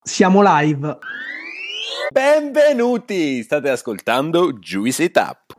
Siamo live. Benvenuti! State ascoltando Juice It Up.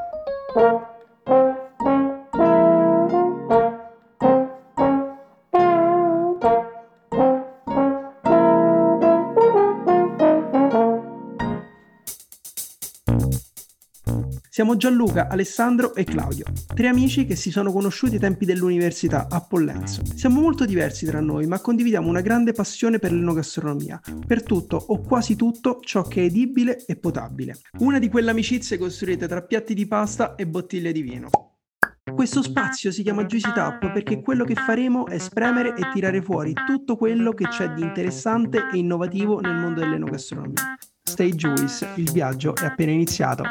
Siamo Gianluca, Alessandro e Claudio, tre amici che si sono conosciuti ai tempi dell'università a Pollenzo. Siamo molto diversi tra noi, ma condividiamo una grande passione per l'enogastronomia, per tutto o quasi tutto ciò che è edibile e potabile. Una di quelle amicizie costruite tra piatti di pasta e bottiglie di vino. Questo spazio si chiama Juice It Up perché quello che faremo è spremere e tirare fuori tutto quello che c'è di interessante e innovativo nel mondo dell'enogastronomia. Stay Juice, il viaggio è appena iniziato.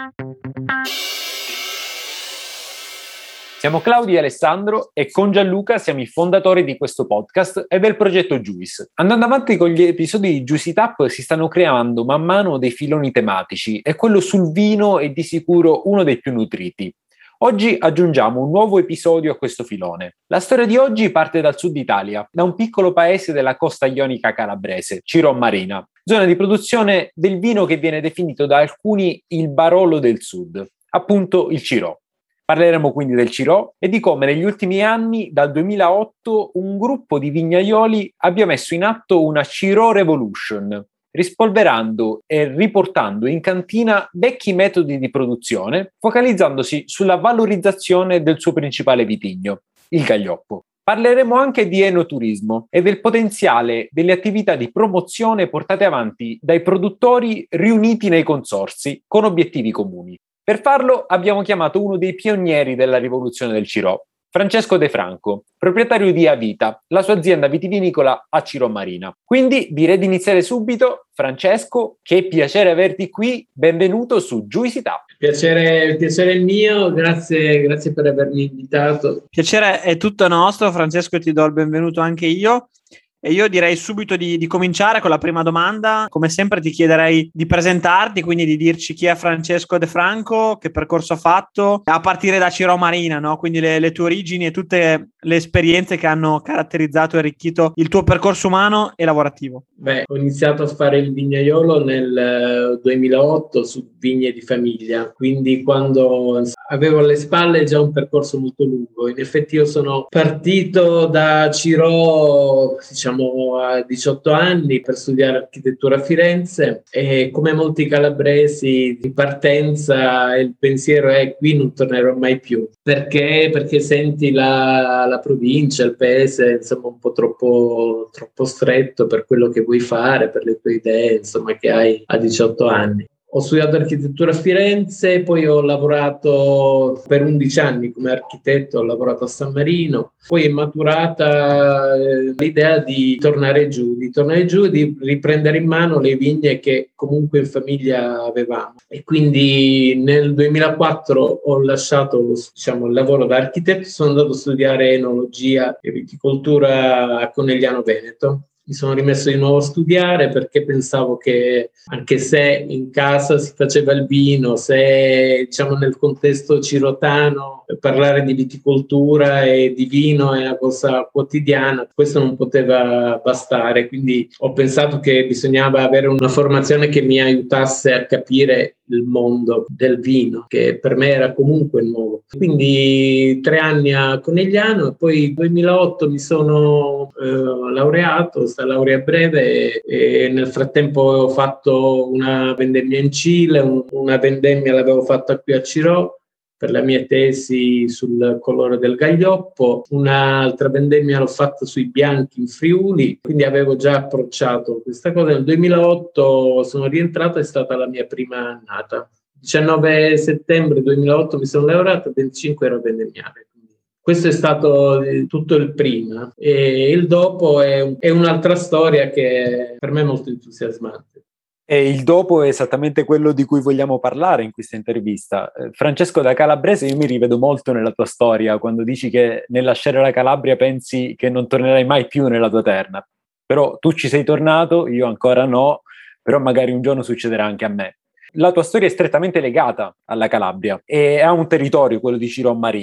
Siamo Claudio e Alessandro e con Gianluca siamo i fondatori di questo podcast e del progetto Juice. Andando avanti con gli episodi di Juice It Up si stanno creando man mano dei filoni tematici e quello sul vino è di sicuro uno dei più nutriti. Oggi aggiungiamo un nuovo episodio a questo filone. La storia di oggi parte dal sud Italia, da un piccolo paese della costa ionica calabrese, Cirò Marina, zona di produzione del vino che viene definito da alcuni il Barolo del Sud, appunto il Cirò. Parleremo quindi del Cirò e di come negli ultimi anni, dal 2008, un gruppo di vignaioli abbia messo in atto una Cirò Revolution, rispolverando e riportando in cantina vecchi metodi di produzione, focalizzandosi sulla valorizzazione del suo principale vitigno, il Gaglioppo. Parleremo anche di enoturismo e del potenziale delle attività di promozione portate avanti dai produttori riuniti nei consorzi con obiettivi comuni. Per farlo abbiamo chiamato uno dei pionieri della rivoluzione del Cirò, Francesco De Franco, proprietario di Avita, la sua azienda vitivinicola a Cirò Marina. Quindi direi di iniziare subito. Francesco, che piacere averti qui, benvenuto su Juice It Up. Piacere è mio, grazie per avermi invitato. Piacere è tutto nostro, Francesco, ti do il benvenuto anche io. E io direi subito di cominciare con la prima domanda. Come sempre ti chiederei di presentarti, quindi di dirci chi è Francesco De Franco, che percorso ha fatto, a partire da Cirò Marina, no? Quindi le tue origini e tutte le esperienze che hanno caratterizzato e arricchito il tuo percorso umano e lavorativo. Ho iniziato a fare il vignaiolo nel 2008 su vigne di famiglia, quindi quando avevo alle spalle già un percorso molto lungo. In effetti io sono partito da Cirò, a 18 anni per studiare architettura a Firenze e come molti calabresi di partenza il pensiero è: qui non tornerò mai più, perché senti la provincia, il paese insomma un po' troppo stretto per quello che vuoi fare, per le tue idee insomma che hai a 18 anni. Ho studiato architettura a Firenze, poi ho lavorato per 11 anni come architetto, ho lavorato a San Marino, poi è maturata l'idea di tornare giù, di riprendere in mano le vigne che comunque in famiglia avevamo. E quindi nel 2004 ho lasciato il lavoro da architetto, sono andato a studiare enologia e viticoltura a Conegliano Veneto. Mi sono rimesso di nuovo a studiare perché pensavo che anche se in casa si faceva il vino, se nel contesto cirotano parlare di viticoltura e di vino è una cosa quotidiana, questo non poteva bastare. Quindi ho pensato che bisognava avere una formazione che mi aiutasse a capire il mondo del vino, che per me era comunque nuovo. Quindi 3 anni a Conegliano e poi nel 2008 mi sono laureato, questa laurea breve, e nel frattempo ho fatto una vendemmia in Cile, una vendemmia l'avevo fatta qui a Cirò per la mia tesi sul colore del Gaglioppo, un'altra vendemmia l'ho fatta sui bianchi in Friuli, quindi avevo già approcciato questa cosa. Nel 2008 sono rientrato, è stata la mia prima annata. 19 settembre 2008 mi sono laureato, il 25 ero vendemmiare. Questo è stato tutto il prima, e il dopo è un'altra storia che per me è molto entusiasmante. E il dopo è esattamente quello di cui vogliamo parlare in questa intervista. Francesco, da calabrese io mi rivedo molto nella tua storia, quando dici che nel lasciare la Calabria pensi che non tornerai mai più nella tua terra. Però tu ci sei tornato, io ancora no, però magari un giorno succederà anche a me. La tua storia è strettamente legata alla Calabria e a un territorio, quello di Cirò Marina.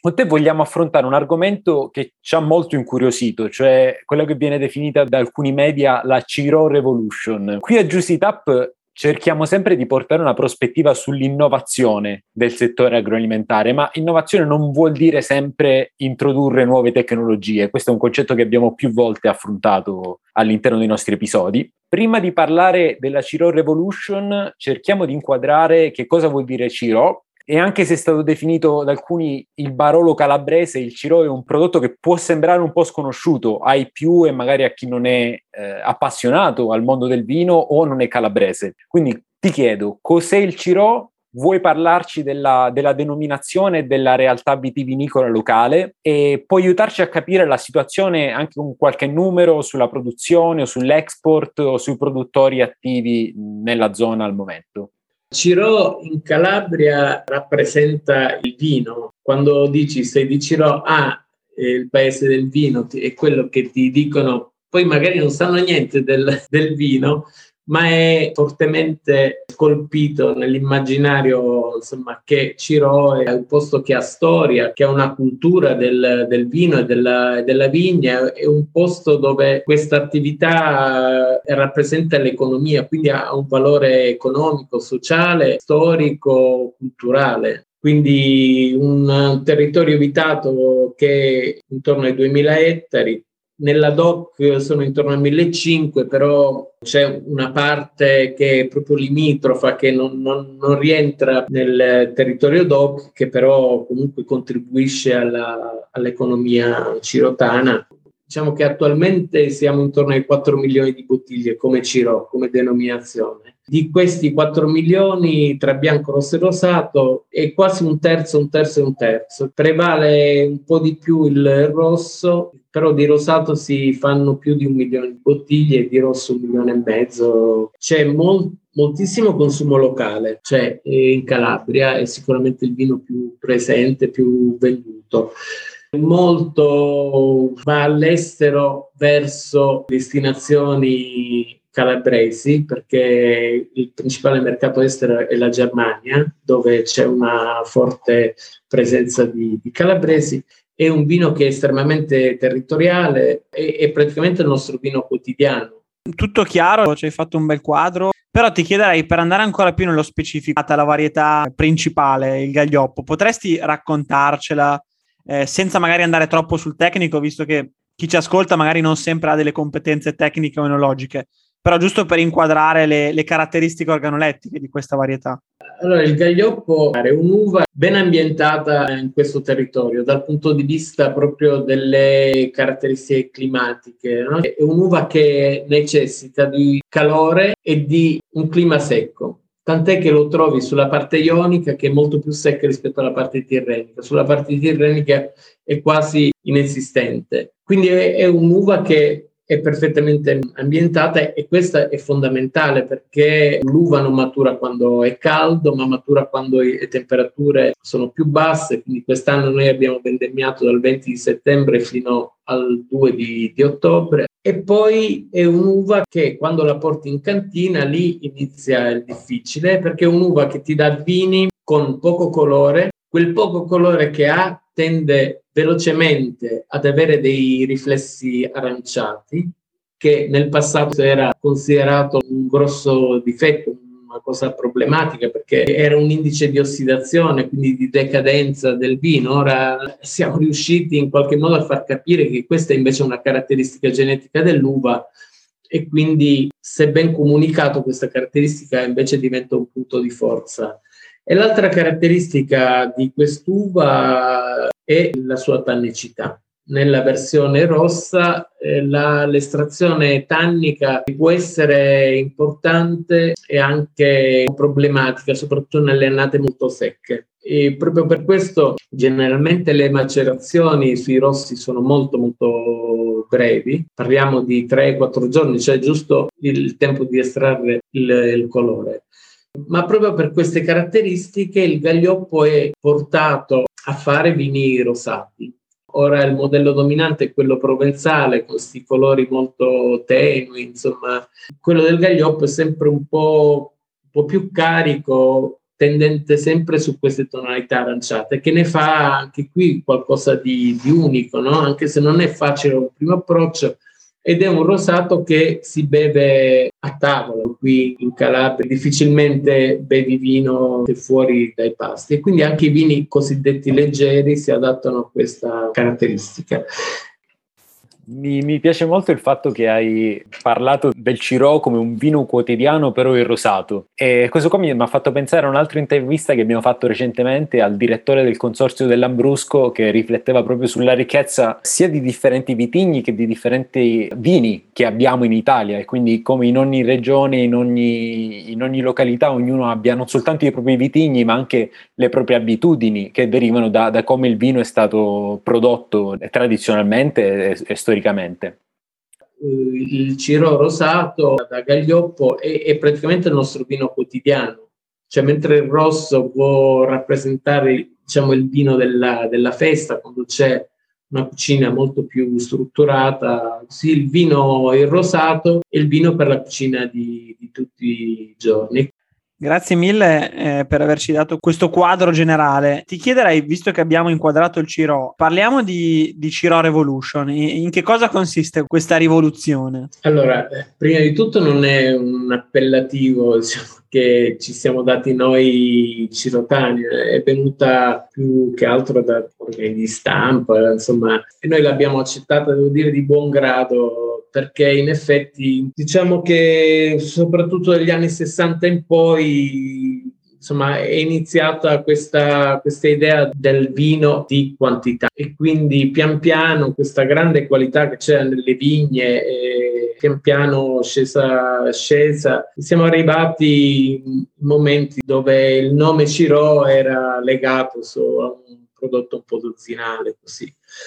Con te vogliamo affrontare un argomento che ci ha molto incuriosito, cioè quello che viene definita da alcuni media la Ciro Revolution. Qui a Juicy It Up cerchiamo sempre di portare una prospettiva sull'innovazione del settore agroalimentare, ma innovazione non vuol dire sempre introdurre nuove tecnologie. Questo è un concetto che abbiamo più volte affrontato all'interno dei nostri episodi. Prima di parlare della Ciro Revolution, cerchiamo di inquadrare che cosa vuol dire Ciro. E anche se è stato definito da alcuni il Barolo calabrese, il Ciro è un prodotto che può sembrare un po' sconosciuto ai più e magari a chi non è appassionato al mondo del vino o non è calabrese. Quindi ti chiedo, cos'è il Ciro? Vuoi parlarci della denominazione e della realtà vitivinicola locale e puoi aiutarci a capire la situazione anche con qualche numero sulla produzione o sull'export o sui produttori attivi nella zona al momento? Ciro in Calabria rappresenta il vino. Quando dici sei di Ciro, il paese del vino, è quello che ti dicono, poi magari non sanno niente del vino, ma è fortemente colpito nell'immaginario, insomma, che Ciro è un posto che ha storia, che ha una cultura del vino e della vigna, è un posto dove questa attività rappresenta l'economia, quindi ha un valore economico, sociale, storico, culturale. Quindi un territorio abitato che è intorno ai 2000 ettari, nella DOC sono intorno a 1500, però c'è una parte che è proprio limitrofa, che non rientra nel territorio DOC, che però comunque contribuisce all'economia cirotana. Diciamo che attualmente siamo intorno ai 4 milioni di bottiglie come Ciro, come denominazione. Di questi 4 milioni tra bianco, rosso e rosato è quasi un terzo. Prevale un po' di più il rosso, però di rosato si fanno più di 1 milione di bottiglie e di rosso 1,5 milioni. C'è moltissimo consumo locale, cioè in Calabria è sicuramente il vino più presente, più venduto. Molto va all'estero verso destinazioni calabresi, perché il principale mercato estero è la Germania, dove c'è una forte presenza di calabresi. È un vino che è estremamente territoriale, è praticamente il nostro vino quotidiano. Tutto chiaro, ci hai fatto un bel quadro, però ti chiederei, per andare ancora più nello specifico, la varietà principale, il Gaglioppo, potresti raccontarcela senza magari andare troppo sul tecnico, visto che chi ci ascolta magari non sempre ha delle competenze tecniche o enologiche, però giusto per inquadrare le caratteristiche organolettiche di questa varietà. Allora, il Gaglioppo è un'uva ben ambientata in questo territorio dal punto di vista proprio delle caratteristiche climatiche, no? È un'uva che necessita di calore e di un clima secco. Tant'è che lo trovi sulla parte ionica, che è molto più secca rispetto alla parte tirrenica. Sulla parte tirrenica è quasi inesistente. Quindi è un'uva che è perfettamente ambientata, e questa è fondamentale, perché l'uva non matura quando è caldo, ma matura quando le temperature sono più basse. Quindi quest'anno noi abbiamo vendemmiato dal 20 di settembre fino al 2 di ottobre. E poi è un'uva che quando la porti in cantina lì inizia il difficile, perché è un'uva che ti dà vini con poco colore. Quel poco colore che ha tende velocemente ad avere dei riflessi aranciati, che nel passato era considerato un grosso difetto, una cosa problematica, perché era un indice di ossidazione, quindi di decadenza del vino. Ora siamo riusciti in qualche modo a far capire che questa è invece una caratteristica genetica dell'uva, e quindi, se ben comunicato, questa caratteristica invece diventa un punto di forza. E l'altra caratteristica di quest'uva è la sua tannicità. Nella versione rossa l'estrazione tannica può essere importante e anche problematica, soprattutto nelle annate molto secche. E proprio per questo generalmente le macerazioni sui rossi sono molto molto brevi, parliamo di 3-4 giorni, cioè giusto il tempo di estrarre il colore. Ma proprio per queste caratteristiche il Gaglioppo è portato a fare vini rosati. Ora il modello dominante è quello provenzale, con questi colori molto tenui, insomma. Quello del Gaglioppo è sempre un po' più carico, tendente sempre su queste tonalità aranciate, che ne fa anche qui qualcosa di unico, no? Anche se non è facile un primo approccio, ed è un rosato che si beve a tavola. Qui in Calabria difficilmente bevi vino fuori dai pasti, e quindi anche i vini cosiddetti leggeri si adattano a questa caratteristica. Mi piace molto il fatto che hai parlato del Cirò come un vino quotidiano, però il rosato, e questo qua mi ha fatto pensare a un'altra intervista che abbiamo fatto recentemente al direttore del consorzio dell'Ambrusco, che rifletteva proprio sulla ricchezza sia di differenti vitigni che di differenti vini che abbiamo in Italia, e quindi come in ogni regione, in ogni località ognuno abbia non soltanto i propri vitigni ma anche le proprie abitudini che derivano da come il vino è stato prodotto tradizionalmente e storicamente. Il Cirò rosato da Gaglioppo è praticamente il nostro vino quotidiano, cioè mentre il rosso può rappresentare, diciamo, il vino della festa, quando c'è una cucina molto più strutturata, sì, il rosato è il vino per la cucina di tutti i giorni. Grazie mille per averci dato questo quadro generale. Ti chiederei, visto che abbiamo inquadrato il Cirò, parliamo di Cirò Revolution. In che cosa consiste questa rivoluzione? Allora, prima di tutto non è un appellativo, diciamo, che ci siamo dati noi cirotani, è venuta più che altro da organi di stampa, insomma, e noi l'abbiamo accettata, devo dire, di buon grado, perché in effetti diciamo che soprattutto dagli anni 60 in poi, insomma, è iniziata questa idea del vino di quantità, e quindi pian piano questa grande qualità che c'era nelle vigne, pian piano scesa, siamo arrivati in momenti dove il nome Cirò era legato solo a un prodotto un po' dozzinale, così.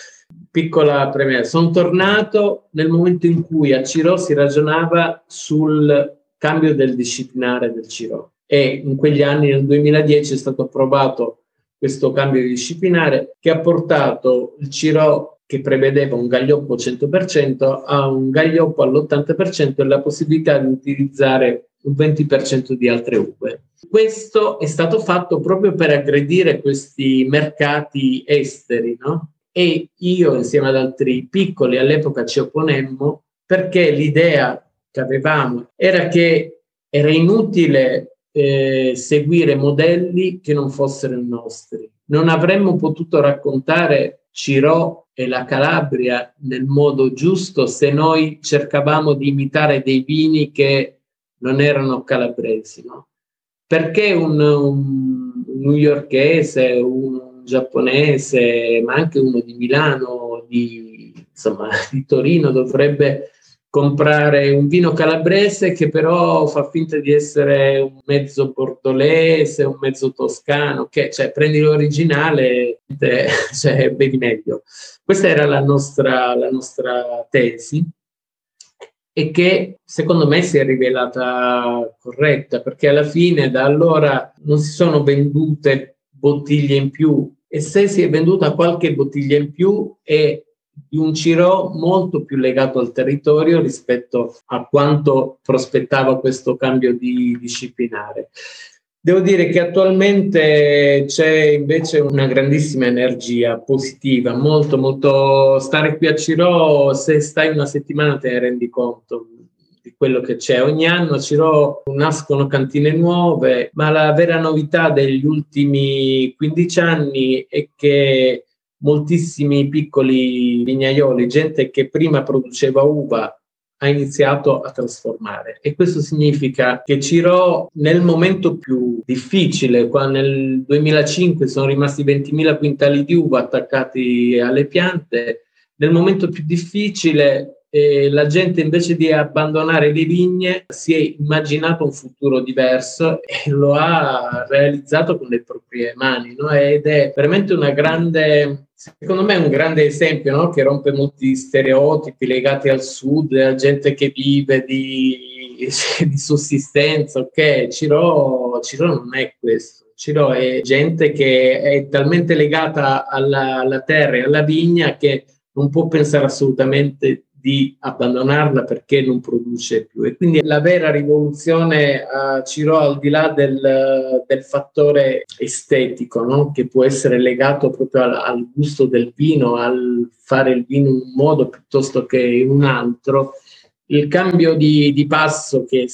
Piccola premessa, sono tornato nel momento in cui a Cirò si ragionava sul cambio del disciplinare del Cirò, e in quegli anni, nel 2010, è stato approvato questo cambio di disciplinare che ha portato il Cirò, che prevedeva un gaglioppo 100%, a un gaglioppo all'80% e la possibilità di utilizzare un 20% di altre uve. Questo è stato fatto proprio per aggredire questi mercati esteri, no? E io, insieme ad altri piccoli, all'epoca ci opponemmo, perché l'idea che avevamo era che era inutile seguire modelli che non fossero i nostri. Non avremmo potuto raccontare Cirò e la Calabria nel modo giusto se noi cercavamo di imitare dei vini che non erano calabresi, no? Perché un newyorkese, un giapponese, ma anche uno di Milano, di Torino, dovrebbe comprare un vino calabrese che però fa finta di essere un mezzo bordolese, un mezzo toscano, che cioè prendi l'originale, cioè bevi meglio. Questa era la nostra tesi, e che secondo me si è rivelata corretta, perché alla fine da allora non si sono vendute bottiglie in più, e se si è venduta qualche bottiglia in più è di un Cirò molto più legato al territorio rispetto a quanto prospettava questo cambio di disciplinare. Devo dire che attualmente c'è invece una grandissima energia positiva, molto. Stare qui a Cirò, se stai una settimana te ne rendi conto di quello che c'è. Ogni anno a Cirò nascono cantine nuove, ma la vera novità degli ultimi 15 anni è che moltissimi piccoli vignaioli, gente che prima produceva uva, ha iniziato a trasformare, e questo significa che Cirò, nel momento più difficile, quando nel 2005 sono rimasti 20.000 quintali di uva attaccati alle piante, nel momento più difficile la gente, invece di abbandonare le vigne, si è immaginato un futuro diverso e lo ha realizzato con le proprie mani, no? Ed è veramente secondo me un grande esempio, no? Che rompe molti stereotipi legati al sud, a gente che vive di sussistenza. Ok, Cirò non è questo. Cirò è gente che è talmente legata alla terra e alla vigna che non può pensare assolutamente di di abbandonarla perché non produce più. E quindi la vera rivoluzione a Cirò, al di là del fattore estetico, no? Che può essere legato proprio al gusto del vino, al fare il vino in un modo piuttosto che in un altro, il cambio di passo che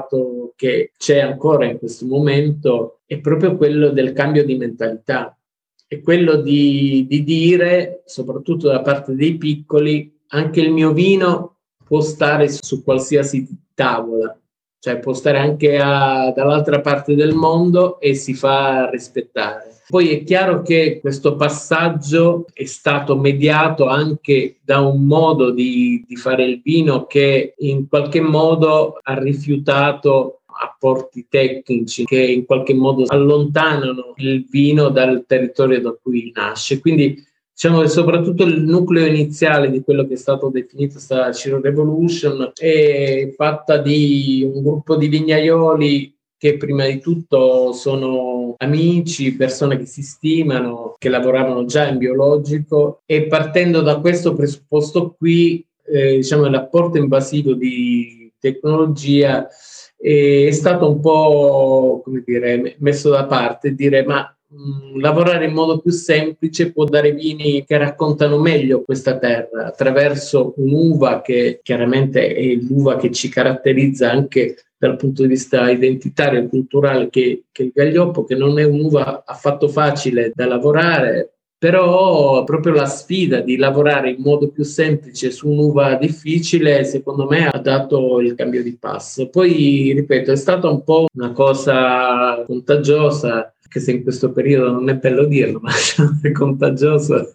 c'è ancora in questo momento è proprio quello del cambio di mentalità. È quello di dire, soprattutto da parte dei piccoli, anche il mio vino può stare su qualsiasi tavola, cioè può stare anche dall'altra parte del mondo e si fa rispettare. Poi è chiaro che questo passaggio è stato mediato anche da un modo di fare il vino che in qualche modo ha rifiutato apporti tecnici che in qualche modo allontanano il vino dal territorio da cui nasce. Quindi diciamo che soprattutto il nucleo iniziale di quello che è stato definito sta Cirò Revolution è fatta di un gruppo di vignaioli che prima di tutto sono amici, persone che si stimano, che lavoravano già in biologico, e partendo da questo presupposto qui, diciamo l'apporto invasivo di tecnologia è stato un po', come dire, messo da parte, dire ma lavorare in modo più semplice può dare vini che raccontano meglio questa terra attraverso un'uva che chiaramente è l'uva che ci caratterizza anche dal punto di vista identitario e culturale, che è il Gaglioppo, che non è un'uva affatto facile da lavorare, però proprio la sfida di lavorare in modo più semplice su un'uva difficile, secondo me, ha dato il cambio di passo. Poi, ripeto, è stata un po' una cosa contagiosa, che se in questo periodo non è bello dirlo, ma è contagioso.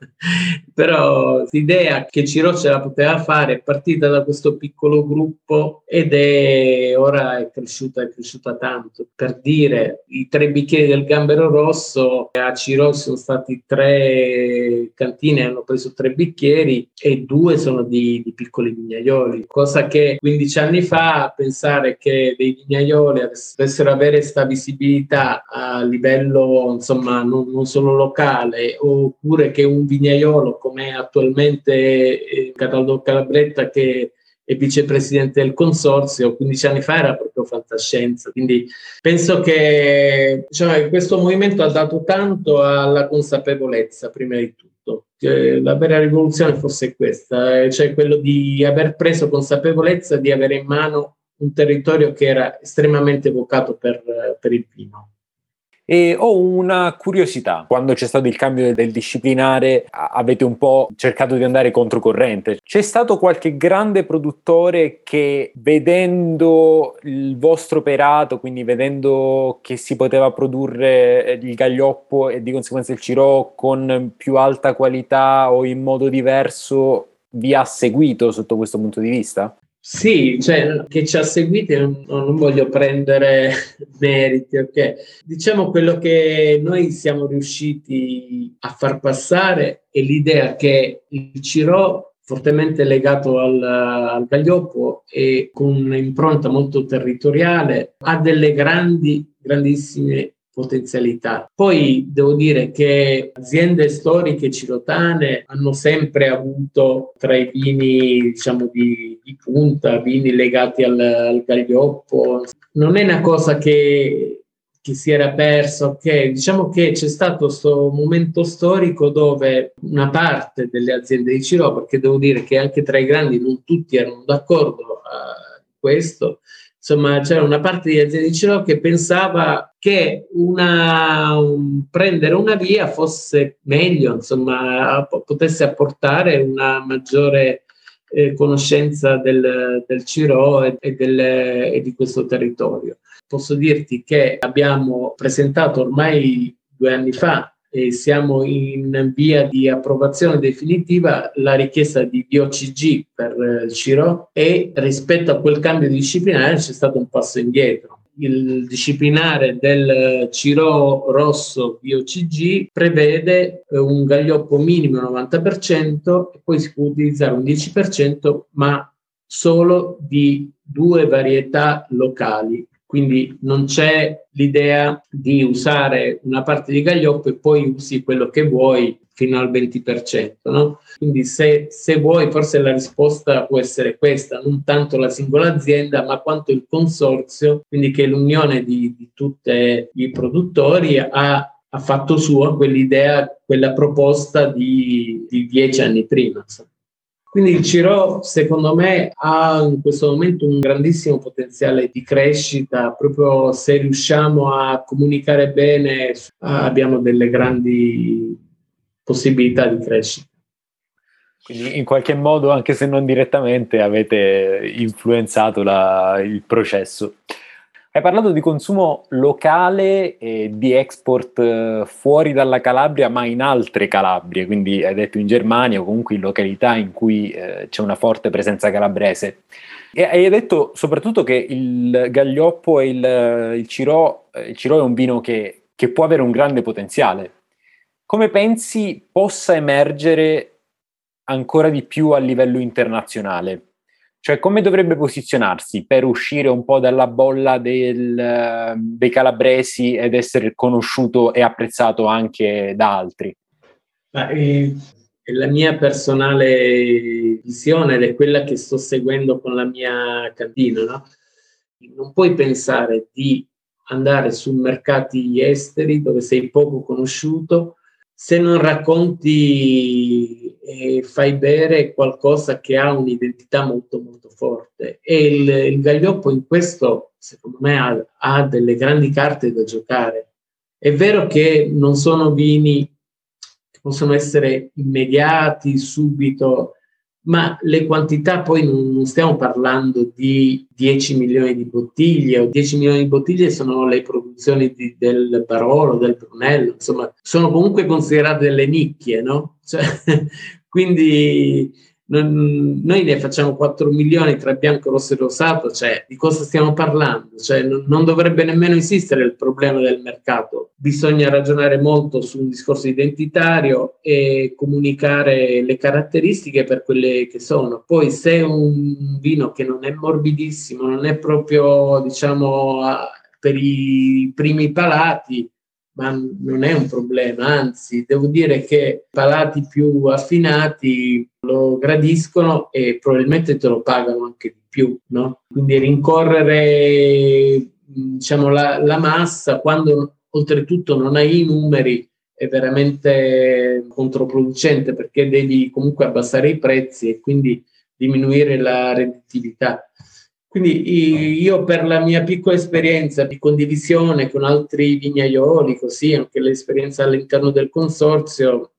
Però l'idea che Cirò ce la poteva fare è partita da questo piccolo gruppo ed ora è cresciuta tanto. Per dire, i 3 bicchieri del Gambero Rosso, a Cirò sono stati 3 cantine, hanno preso 3 bicchieri e 2 sono di piccoli vignaioli, cosa che 15 anni fa pensare che dei vignaioli dovessero avere questa visibilità a livello insomma non solo locale, oppure che un vignaiolo come attualmente Cataldo Calabretta, che è vicepresidente del consorzio, 15 anni fa era proprio fantascienza. Quindi penso che questo movimento ha dato tanto alla consapevolezza, prima di tutto. La vera rivoluzione forse è questa, cioè quello di aver preso consapevolezza di avere in mano un territorio che era estremamente vocato per il vino. E ho una curiosità: quando c'è stato il cambio del disciplinare avete un po' cercato di andare controcorrente. C'è stato qualche grande produttore che, vedendo il vostro operato, quindi vedendo che si poteva produrre il Gaglioppo e di conseguenza il Cirò con più alta qualità o in modo diverso, vi ha seguito sotto questo punto di vista? Sì, cioè che ci ha seguiti, non voglio prendere meriti, ok? Diciamo quello che noi siamo riusciti a far passare è l'idea che il Cirò, fortemente legato al Gaglioppo e con un'impronta molto territoriale, ha delle grandissime potenzialità. Poi devo dire che aziende storiche cirotane hanno sempre avuto tra i vini, diciamo, di punta, vini legati al Gaglioppo. Non è una cosa che si era persa, ok? Diciamo che c'è stato questo momento storico dove una parte delle aziende di Cirò, perché devo dire che anche tra i grandi non tutti erano d'accordo a questo, insomma c'era una parte di aziende di Cirò che pensava che prendere una via fosse meglio, insomma potesse apportare una maggiore conoscenza del Cirò e di questo territorio. Posso dirti che abbiamo presentato ormai 2 anni fa e siamo in via di approvazione definitiva la richiesta di VOCG per il Cirò, e rispetto a quel cambio disciplinare c'è stato un passo indietro. Il disciplinare del Cirò rosso VOCG prevede un Gaglioppo minimo 90% e poi si può utilizzare un 10%, ma solo di 2 varietà locali. Quindi non c'è l'idea di usare una parte di Gaglioppo e poi usi quello che vuoi fino al 20%, no? Quindi se vuoi, forse la risposta può essere questa, non tanto la singola azienda, ma quanto il consorzio, quindi che l'unione di tutti i produttori ha fatto sua quell'idea, quella proposta di 10 anni prima. Insomma. Quindi il Cirò, secondo me, ha in questo momento un grandissimo potenziale di crescita, proprio se riusciamo a comunicare bene, abbiamo delle grandi possibilità di crescita. Quindi in qualche modo, anche se non direttamente, avete influenzato il processo. Hai parlato di consumo locale e di export fuori dalla Calabria, ma in altre Calabrie, quindi hai detto in Germania o comunque in località in cui c'è una forte presenza calabrese. E hai detto soprattutto che il Gaglioppo e il Cirò è un vino che può avere un grande potenziale. Come pensi possa emergere ancora di più a livello internazionale? Cioè, come dovrebbe posizionarsi per uscire un po' dalla bolla dei calabresi ed essere conosciuto e apprezzato anche da altri? La mia personale visione ed è quella che sto seguendo con la mia cantina, no? Non puoi pensare di andare su mercati esteri dove sei poco conosciuto se non racconti e fai bere qualcosa che ha un'identità molto molto forte. E il Gaglioppo in questo, secondo me, ha delle grandi carte da giocare. È vero che non sono vini che possono essere immediati, subito, ma le quantità poi non stiamo parlando di 10 milioni di bottiglie, o 10 milioni di bottiglie sono le produzioni del Barolo, del Brunello, insomma, sono comunque considerate delle nicchie, no? Cioè, quindi noi ne facciamo 4 milioni tra bianco, rosso e rosato, cioè di cosa stiamo parlando? Cioè, non dovrebbe nemmeno esistere il problema del mercato. Bisogna ragionare molto su un discorso identitario e comunicare le caratteristiche per quelle che sono. Poi se un vino che non è morbidissimo, non è proprio, diciamo, per i primi palati, ma non è un problema, anzi devo dire che i palati più affinati lo gradiscono e probabilmente te lo pagano anche di più, no? Quindi rincorrere, diciamo, la massa quando oltretutto non hai i numeri è veramente controproducente, perché devi comunque abbassare i prezzi e quindi diminuire la redditività. Quindi io, per la mia piccola esperienza di condivisione con altri vignaioli, così anche l'esperienza all'interno del consorzio,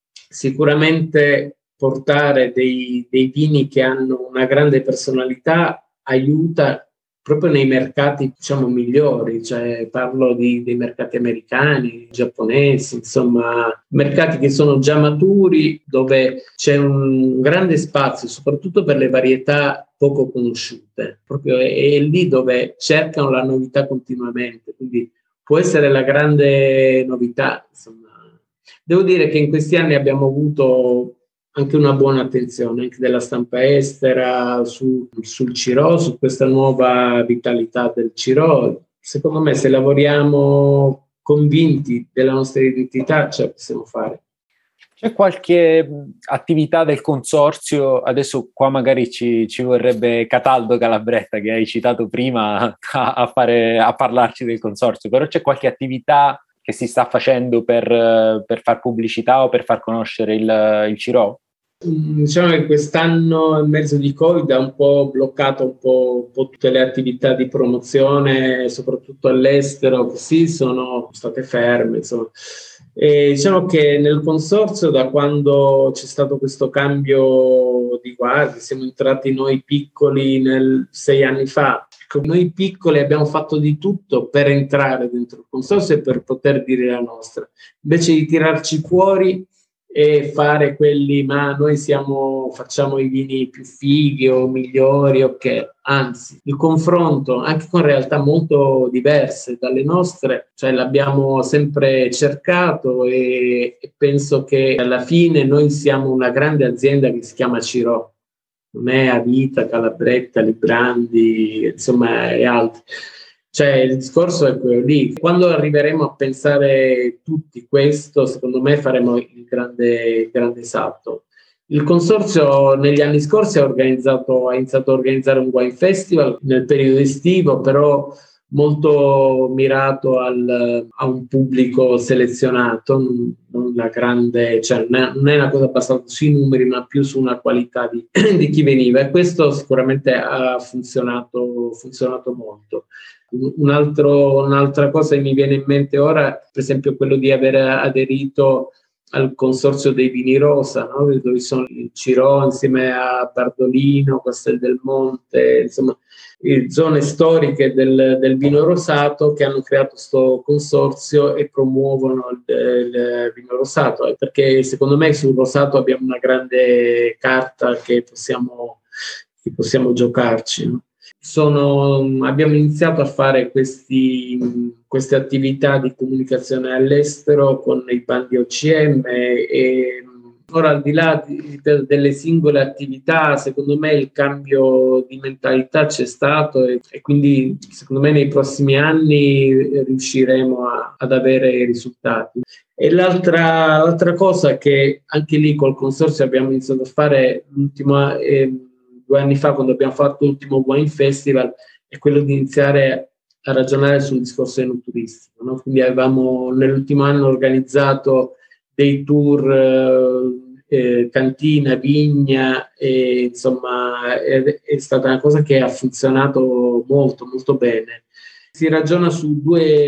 sicuramente portare dei vini che hanno una grande personalità aiuta proprio nei mercati, diciamo, migliori, cioè parlo dei mercati americani, giapponesi, insomma, mercati che sono già maturi, dove c'è un grande spazio, soprattutto per le varietà poco conosciute, proprio è lì dove cercano la novità continuamente, quindi può essere la grande novità, insomma. Devo dire che in questi anni abbiamo avuto anche una buona attenzione anche della stampa estera sul Cirò, su questa nuova vitalità del Cirò. Secondo me, se lavoriamo convinti della nostra identità, ce la possiamo fare. C'è qualche attività del consorzio, adesso qua magari ci vorrebbe Cataldo Calabretta, che hai citato prima, a parlarci del consorzio, però c'è qualche attività che si sta facendo per far pubblicità o per far conoscere il Cirò? Diciamo che quest'anno in mezzo di Covid ha un po' bloccato un po' tutte le attività di promozione, soprattutto all'estero, così sono state ferme, insomma. E diciamo che nel consorzio, da quando c'è stato questo cambio di guardia, siamo entrati noi piccoli 6 anni fa. Noi piccoli abbiamo fatto di tutto per entrare dentro il consorzio e per poter dire la nostra, invece di tirarci fuori e fare quelli, ma noi facciamo i vini più fighi o migliori, ok, anzi il confronto anche con realtà molto diverse dalle nostre, cioè l'abbiamo sempre cercato e penso che alla fine noi siamo una grande azienda che si chiama Cirò, non è Avita, Calabretta, Librandi, insomma, e altri. Cioè il discorso è quello lì. Quando arriveremo a pensare tutti questo, secondo me faremo il grande salto. Il consorzio negli anni scorsi ha iniziato a organizzare un wine festival nel periodo estivo, però molto mirato a un pubblico selezionato, non la grande, cioè non è una cosa basata sui numeri, ma più su una qualità di chi veniva, e questo sicuramente ha funzionato molto. Un'altra cosa che mi viene in mente ora, per esempio, quello di aver aderito al consorzio dei vini rosa, no? Dove sono il Cirò insieme a Bardolino, Castel del Monte, insomma zone storiche del vino rosato, che hanno creato questo consorzio e promuovono il vino rosato, perché secondo me sul rosato abbiamo una grande carta che possiamo giocarci, no? Abbiamo iniziato a fare queste attività di comunicazione all'estero con i bandi OCM, e ora, al di là delle singole attività, secondo me il cambio di mentalità c'è stato, e quindi secondo me nei prossimi anni riusciremo ad avere risultati. E l'altra cosa che anche lì col consorzio abbiamo iniziato a fare 2 anni fa, quando abbiamo fatto l'ultimo Wine Festival, è quello di iniziare a ragionare sul discorso enoturistica, no? Quindi avevamo nell'ultimo anno organizzato dei tour cantina, vigna, e insomma è stata una cosa che ha funzionato molto molto bene. Si ragiona su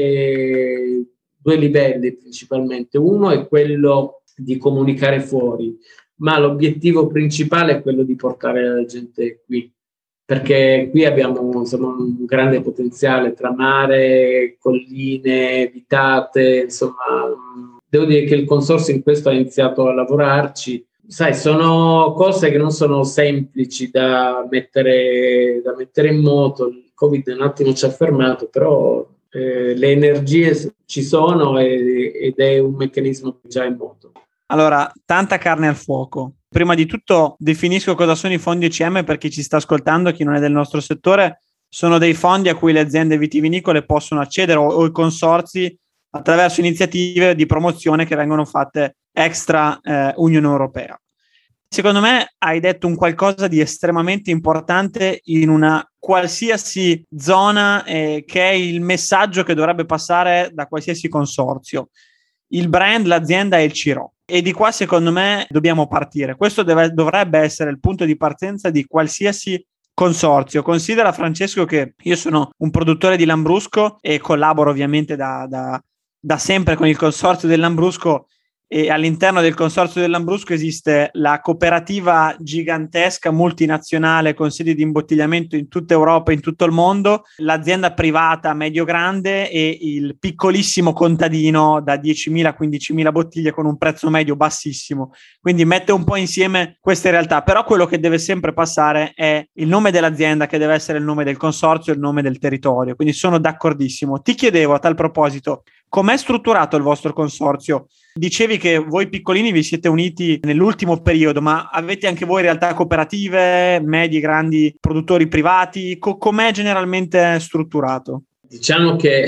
due livelli principalmente. Uno è quello di comunicare fuori, ma l'obiettivo principale è quello di portare la gente qui, perché qui abbiamo insomma un grande potenziale tra mare, colline, vitate, insomma. Devo dire che il consorzio in questo ha iniziato a lavorarci. Sai, sono cose che non sono semplici da mettere in moto. Il Covid un attimo ci ha fermato, però le energie ci sono ed è un meccanismo già in moto. Allora, tanta carne al fuoco. Prima di tutto definisco cosa sono i fondi OCM per chi ci sta ascoltando, chi non è del nostro settore. Sono dei fondi a cui le aziende vitivinicole possono accedere, o i consorzi, attraverso iniziative di promozione che vengono fatte extra Unione Europea. Secondo me hai detto un qualcosa di estremamente importante in una qualsiasi zona, che è il messaggio che dovrebbe passare da qualsiasi consorzio. Il brand, l'azienda è il Cirò, e di qua secondo me dobbiamo partire. Questo dovrebbe essere il punto di partenza di qualsiasi consorzio. Considera, Francesco, che io sono un produttore di Lambrusco e collaboro ovviamente da sempre con il consorzio del Lambrusco, e all'interno del consorzio del Lambrusco esiste la cooperativa gigantesca multinazionale con sedi di imbottigliamento in tutta Europa e in tutto il mondo, l'azienda privata medio-grande e il piccolissimo contadino da 10.000-15.000 bottiglie con un prezzo medio bassissimo. Quindi mette un po' insieme queste realtà, però quello che deve sempre passare è il nome dell'azienda, che deve essere il nome del consorzio e il nome del territorio. Quindi sono d'accordissimo. Ti chiedevo a tal proposito, com'è strutturato il vostro consorzio? Dicevi che voi piccolini vi siete uniti nell'ultimo periodo, ma avete anche voi realtà cooperative, medi, grandi produttori privati? Com'è generalmente strutturato? Diciamo che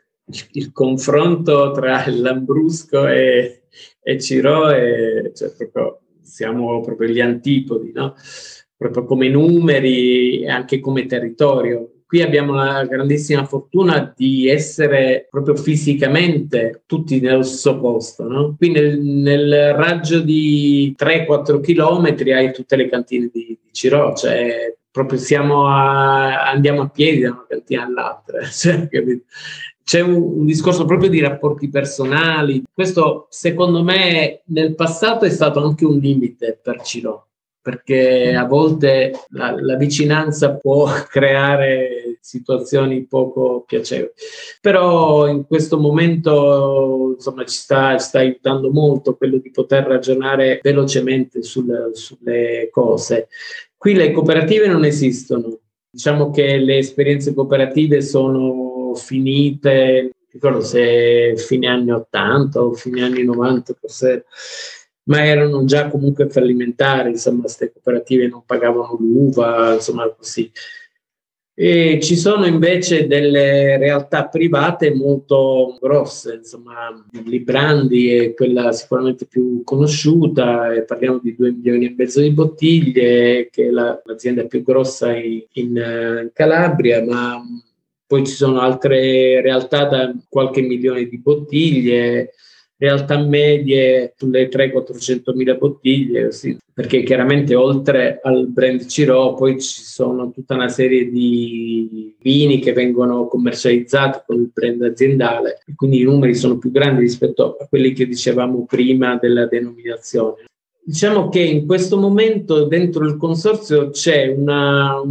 il confronto tra il Lambrusco e Cirò siamo proprio gli antipodi, no? Proprio come numeri e anche come territorio. Qui abbiamo la grandissima fortuna di essere proprio fisicamente tutti nello stesso posto, no? Qui nel raggio di 3-4 chilometri hai tutte le cantine di Cirò, cioè proprio andiamo a piedi da una cantina all'altra, cioè, capito? C'è un discorso proprio di rapporti personali. Questo, secondo me, nel passato è stato anche un limite per Cirò, perché a volte la vicinanza può creare situazioni poco piacevoli. Però in questo momento, insomma, ci sta aiutando molto quello di poter ragionare velocemente sulle cose. Qui le cooperative non esistono. Diciamo che le esperienze cooperative sono finite, non ricordo se fine anni 80 o fine anni 90, forse, ma erano già comunque fallimentari, insomma, queste cooperative non pagavano l'uva, insomma, così. E ci sono invece delle realtà private molto grosse, insomma, Librandi è quella sicuramente più conosciuta, e parliamo di 2,5 milioni di bottiglie, che è l'azienda più grossa in Calabria, ma poi ci sono altre realtà da qualche milione di bottiglie, realtà medie sulle 300-400 mila bottiglie, sì, perché chiaramente oltre al brand Cirò poi ci sono tutta una serie di vini che vengono commercializzati con il brand aziendale, e quindi i numeri sono più grandi rispetto a quelli che dicevamo prima della denominazione. Diciamo che in questo momento dentro il consorzio c'è una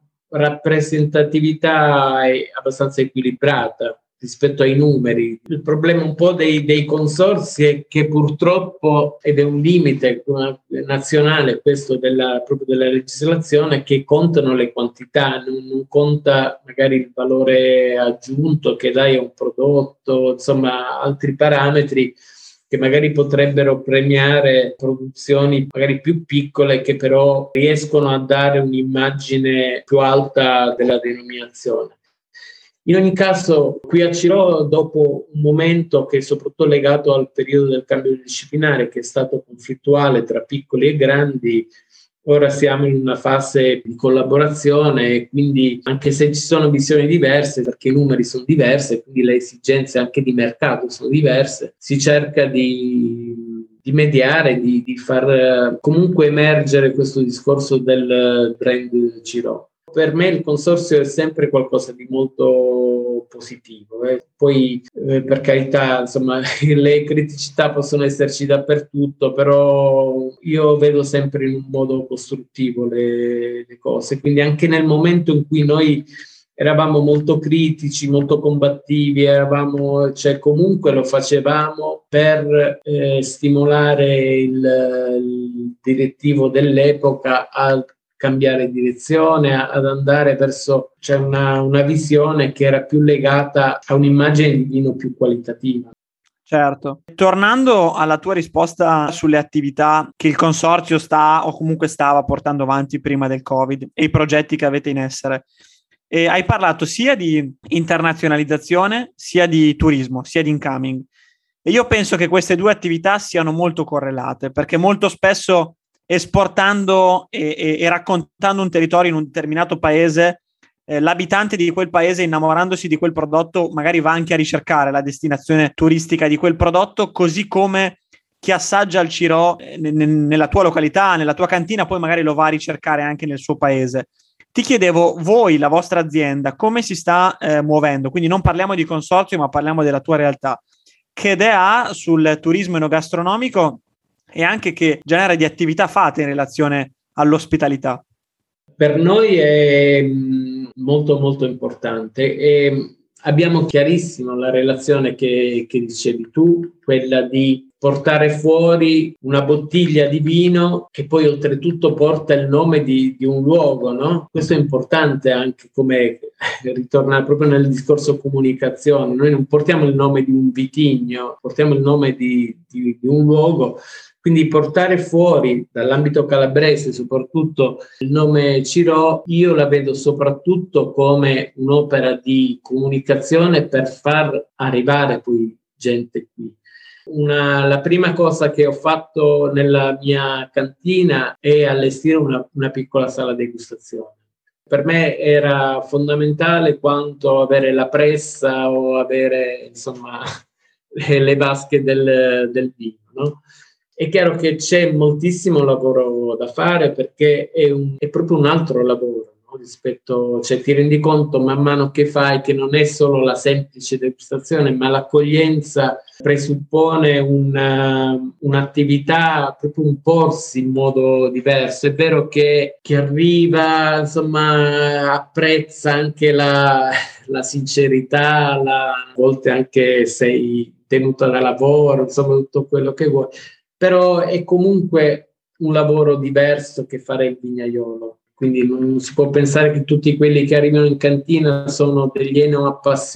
rappresentatività abbastanza equilibrata rispetto ai numeri. Il problema un po' dei consorzi è che purtroppo, ed è un limite nazionale questo proprio della legislazione, che contano le quantità, non conta magari il valore aggiunto che dai a un prodotto, insomma altri parametri che magari potrebbero premiare produzioni magari più piccole che però riescono a dare un'immagine più alta della denominazione. In ogni caso, qui a Cirò, dopo un momento che è soprattutto legato al periodo del cambio disciplinare, che è stato conflittuale tra piccoli e grandi, ora siamo in una fase di collaborazione, e quindi anche se ci sono visioni diverse, perché i numeri sono diversi, quindi le esigenze anche di mercato sono diverse, si cerca di mediare, di far comunque emergere questo discorso del brand Cirò. Per me il consorzio è sempre qualcosa di molto positivo. Poi, per carità, insomma, le criticità possono esserci dappertutto, però io vedo sempre in un modo costruttivo le cose. Quindi anche nel momento in cui noi eravamo molto critici, molto combattivi, cioè comunque lo facevamo per stimolare il direttivo dell'epoca a cambiare direzione, ad andare verso una visione che era più legata a un'immagine di vino più qualitativa. Certo. Tornando alla tua risposta sulle attività che il consorzio sta o comunque stava portando avanti prima del Covid e i progetti che avete in essere, hai parlato sia di internazionalizzazione, sia di turismo, sia di incoming. E io penso che queste due attività siano molto correlate, perché molto spesso esportando e raccontando un territorio in un determinato paese, l'abitante di quel paese, innamorandosi di quel prodotto, magari va anche a ricercare la destinazione turistica di quel prodotto, così come chi assaggia il Cirò nella tua località, nella tua cantina, poi magari lo va a ricercare anche nel suo paese. Ti chiedevo, voi, la vostra azienda, come si sta muovendo? Quindi non parliamo di consorzio, ma parliamo della tua realtà. Che idea ha sul turismo enogastronomico e anche che genere di attività fate in relazione all'ospitalità? Per noi è molto molto importante, e abbiamo chiarissimo la relazione che dicevi tu, quella di portare fuori una bottiglia di vino che poi oltretutto porta il nome di un luogo, no? Questo è importante anche, come ritornare proprio nel discorso comunicazione. Noi non portiamo il nome di un vitigno, portiamo il nome di un luogo. Quindi portare fuori dall'ambito calabrese soprattutto il nome Cirò, io la vedo soprattutto come un'opera di comunicazione per far arrivare poi gente qui. La prima cosa che ho fatto nella mia cantina è allestire una piccola sala degustazione. Per me era fondamentale quanto avere la pressa o avere, insomma, le vasche del vino, no? È chiaro che c'è moltissimo lavoro da fare, perché è proprio un altro lavoro, no? Rispetto, cioè ti rendi conto man mano che fai che non è solo la semplice degustazione, ma l'accoglienza presuppone un'attività, proprio un porsi in modo diverso. È vero che chi arriva, insomma, apprezza anche la sincerità, a volte anche sei tenuta da lavoro, insomma tutto quello che vuoi. Però è comunque un lavoro diverso che fare il vignaiolo, quindi non si può pensare che tutti quelli che arrivano in cantina sono degli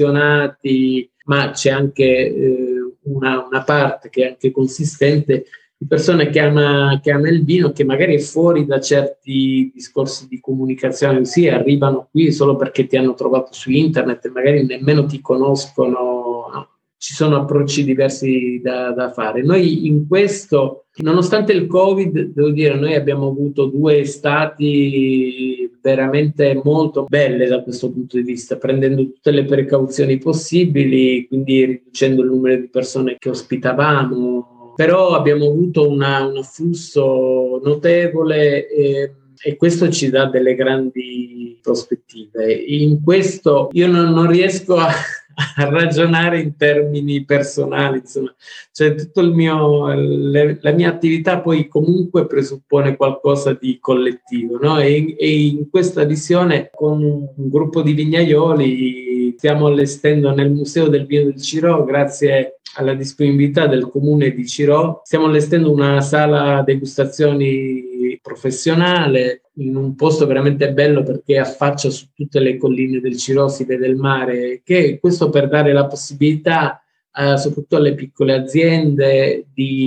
enoappassionati, ma c'è anche una parte che è anche consistente di persone che ama il vino, che magari è fuori da certi discorsi di comunicazione, sì, arrivano qui solo perché ti hanno trovato su internet e magari nemmeno ti conoscono, no? Ci sono approcci diversi da fare. Noi in questo, nonostante il Covid, devo dire, noi abbiamo avuto 2 estati veramente molto belle da questo punto di vista, prendendo tutte le precauzioni possibili, quindi riducendo il numero di persone che ospitavamo, però abbiamo avuto un afflusso notevole e questo ci dà delle grandi prospettive. In questo io non riesco a ragionare in termini personali, insomma, cioè tutto la mia attività poi comunque presuppone qualcosa di collettivo, no? E in questa visione con un gruppo di vignaioli stiamo allestendo nel Museo del Vino del Cirò, grazie alla disponibilità del comune di Cirò, stiamo allestendo una sala degustazioni professionale in un posto veramente bello perché affaccia su tutte le colline del Cirò, si vede il mare, che questo per dare la possibilità soprattutto alle piccole aziende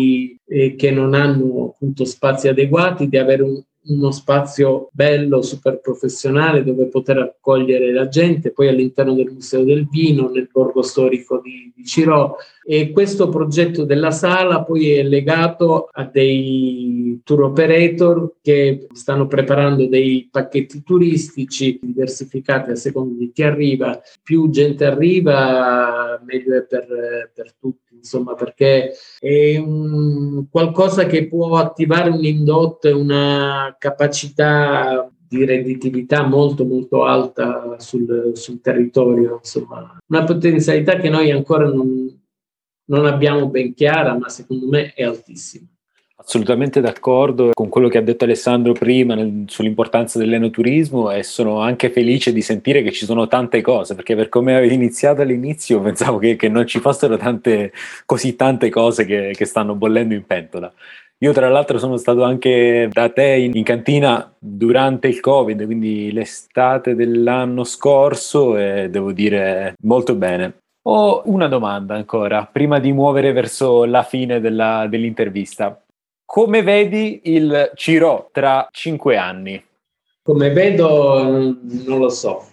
che non hanno appunto spazi adeguati di avere uno spazio bello, super professionale dove poter accogliere la gente, poi all'interno del Museo del Vino, nel borgo storico di Cirò. E questo progetto della sala poi è legato a dei tour operator che stanno preparando dei pacchetti turistici diversificati a seconda di chi arriva. Più gente arriva, meglio è per tutti, insomma, perché è qualcosa che può attivare un indotto e una capacità di redditività molto molto alta sul territorio, insomma, una potenzialità che noi ancora non abbiamo ben chiara, ma secondo me è altissima. Assolutamente d'accordo con quello che ha detto Alessandro prima sull'importanza dell'enoturismo, e sono anche felice di sentire che ci sono tante cose, perché per come avevi iniziato all'inizio pensavo che non ci fossero così tante cose che stanno bollendo in pentola. Io tra l'altro sono stato anche da te in cantina durante il Covid, quindi l'estate dell'anno scorso, e devo dire molto bene. Ho una domanda ancora, prima di muovere verso la fine dell'intervista. Come vedi il Cirò tra 5 anni? Come vedo, non lo so.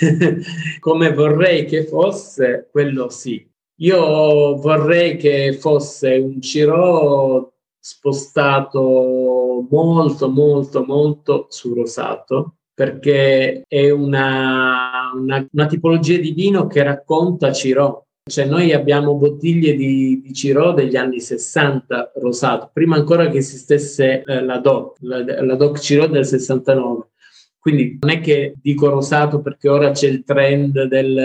Come vorrei che fosse, quello sì. Io vorrei che fosse un Cirò spostato molto, molto, molto su rosato, perché è una tipologia di vino che racconta Cirò. Cioè noi abbiamo bottiglie di Cirò degli anni 60 rosato, prima ancora che esistesse la DOC Cirò del 69. Quindi non è che dico rosato perché ora c'è il trend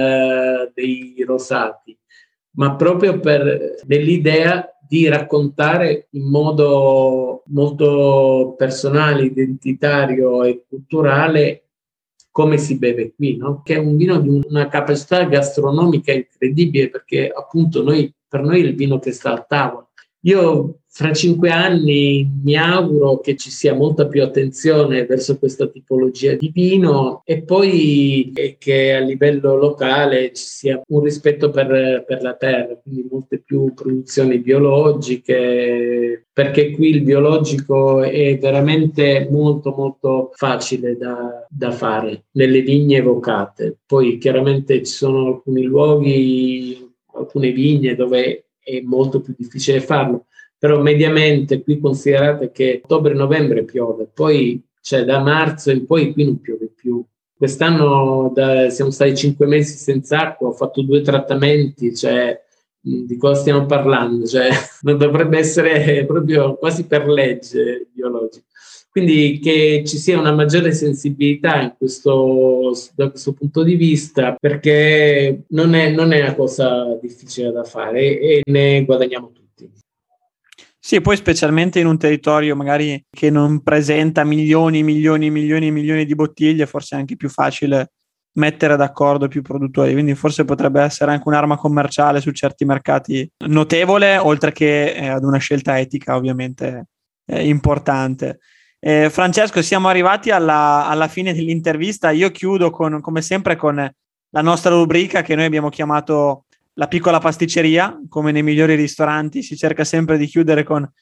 dei rosati, ma proprio per dell'idea di raccontare in modo molto personale, identitario e culturale come si beve qui, no? Che è un vino di una capacità gastronomica incredibile, perché appunto per noi è il vino che sta a tavola. Io fra 5 anni mi auguro che ci sia molta più attenzione verso questa tipologia di vino e poi che a livello locale ci sia un rispetto per la terra, quindi molte più produzioni biologiche, perché qui il biologico è veramente molto molto facile da fare nelle vigne evocate. Poi chiaramente ci sono alcuni luoghi, alcune vigne dove è molto più difficile farlo, però mediamente qui considerate che ottobre-novembre piove, poi da marzo in poi qui non piove più. Quest'anno siamo stati 5 mesi senza acqua, ho fatto 2 trattamenti, di cosa stiamo parlando? Non dovrebbe essere proprio quasi per legge biologica. Quindi che ci sia una maggiore sensibilità da questo punto di vista, perché non è una cosa difficile da fare e ne guadagniamo tutti. Sì, poi specialmente in un territorio magari che non presenta milioni di bottiglie, forse è anche più facile mettere d'accordo più produttori, quindi forse potrebbe essere anche un'arma commerciale su certi mercati notevole, oltre che ad una scelta etica ovviamente importante. Francesco, siamo arrivati alla fine dell'intervista. Io chiudo come sempre con la nostra rubrica che noi abbiamo chiamato la piccola pasticceria. Come nei migliori ristoranti si cerca sempre di chiudere con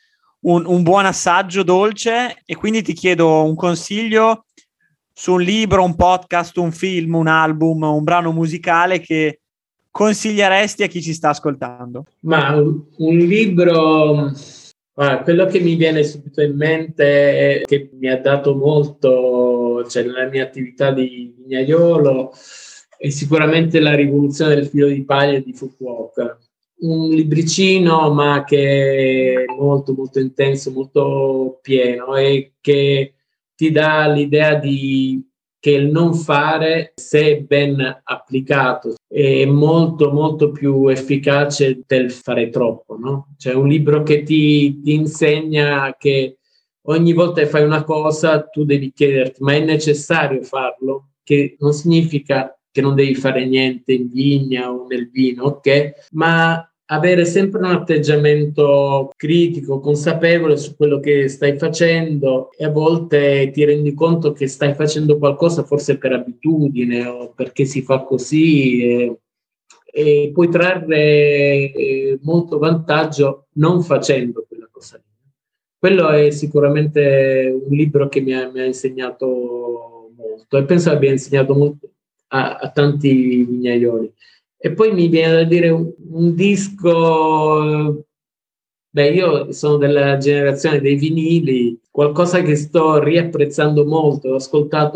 un buon assaggio dolce, e quindi ti chiedo un consiglio su un libro, un podcast, un film, un album, un brano musicale che consiglieresti a chi ci sta ascoltando? Ma un libro, quello che mi viene subito in mente, che mi ha dato molto, cioè nella mia attività di vignaiolo, è sicuramente La rivoluzione del filo di paglia di Fukuoka. Un libricino, ma che è molto molto intenso, molto pieno, e che ti dà l'idea che il non fare, se ben applicato, è molto molto più efficace del fare troppo, no? Cioè un libro che ti insegna che ogni volta che fai una cosa tu devi chiederti: ma è necessario farlo? Che non significa che non devi fare niente in vigna o nel vino, ok? Ma avere sempre un atteggiamento critico, consapevole su quello che stai facendo, e a volte ti rendi conto che stai facendo qualcosa forse per abitudine o perché si fa così, e puoi trarre molto vantaggio non facendo quella cosa lì. Quello è sicuramente un libro che mi ha insegnato molto, e penso abbia insegnato molto a tanti vignaioli. E poi mi viene da dire un disco. Io sono della generazione dei vinili, qualcosa che sto riapprezzando molto, l'ho ascoltato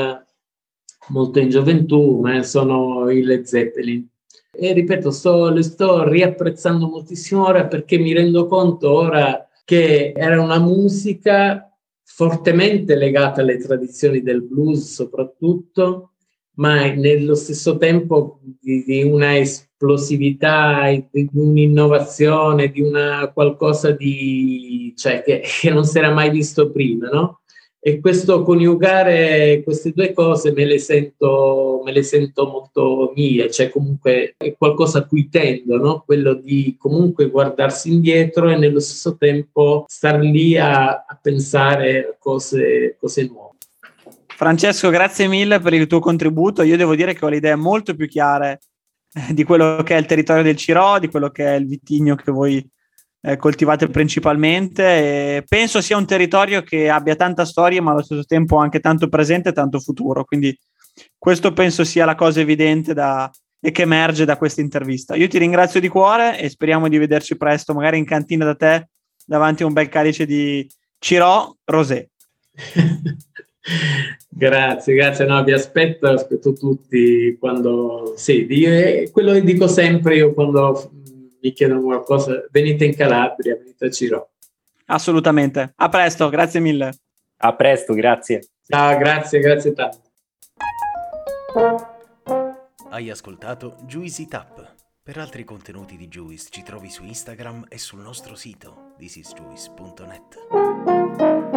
molto in gioventù, ma sono i Led Zeppelin. E ripeto, le sto riapprezzando moltissimo ora, perché mi rendo conto ora che era una musica fortemente legata alle tradizioni del blues soprattutto, ma nello stesso tempo di una esplosività, di un'innovazione, di una qualcosa cioè, che non si era mai visto prima, no? E questo coniugare queste due cose me le sento molto mie, cioè comunque è qualcosa a cui tendo, no? Quello di comunque guardarsi indietro e nello stesso tempo star lì a pensare a cose nuove. Francesco, grazie mille per il tuo contributo. Io devo dire che ho le idee molto più chiare di quello che è il territorio del Cirò, di quello che è il vitigno che voi coltivate principalmente, e penso sia un territorio che abbia tanta storia, ma allo stesso tempo anche tanto presente e tanto futuro, quindi questo penso sia la cosa evidente e che emerge da questa intervista. Io ti ringrazio di cuore e speriamo di vederci presto, magari in cantina da te, davanti a un bel calice di Cirò Rosé. Grazie, no, vi aspetto tutti quando, quello che dico sempre io quando mi chiedono qualcosa: venite in Calabria, venite a Cirò. Assolutamente, a presto, grazie mille. A presto, grazie. Ciao, grazie tanto. Hai ascoltato Juicy Tap. Per altri contenuti di Juice ci trovi su Instagram e sul nostro sito thisisjuice.net.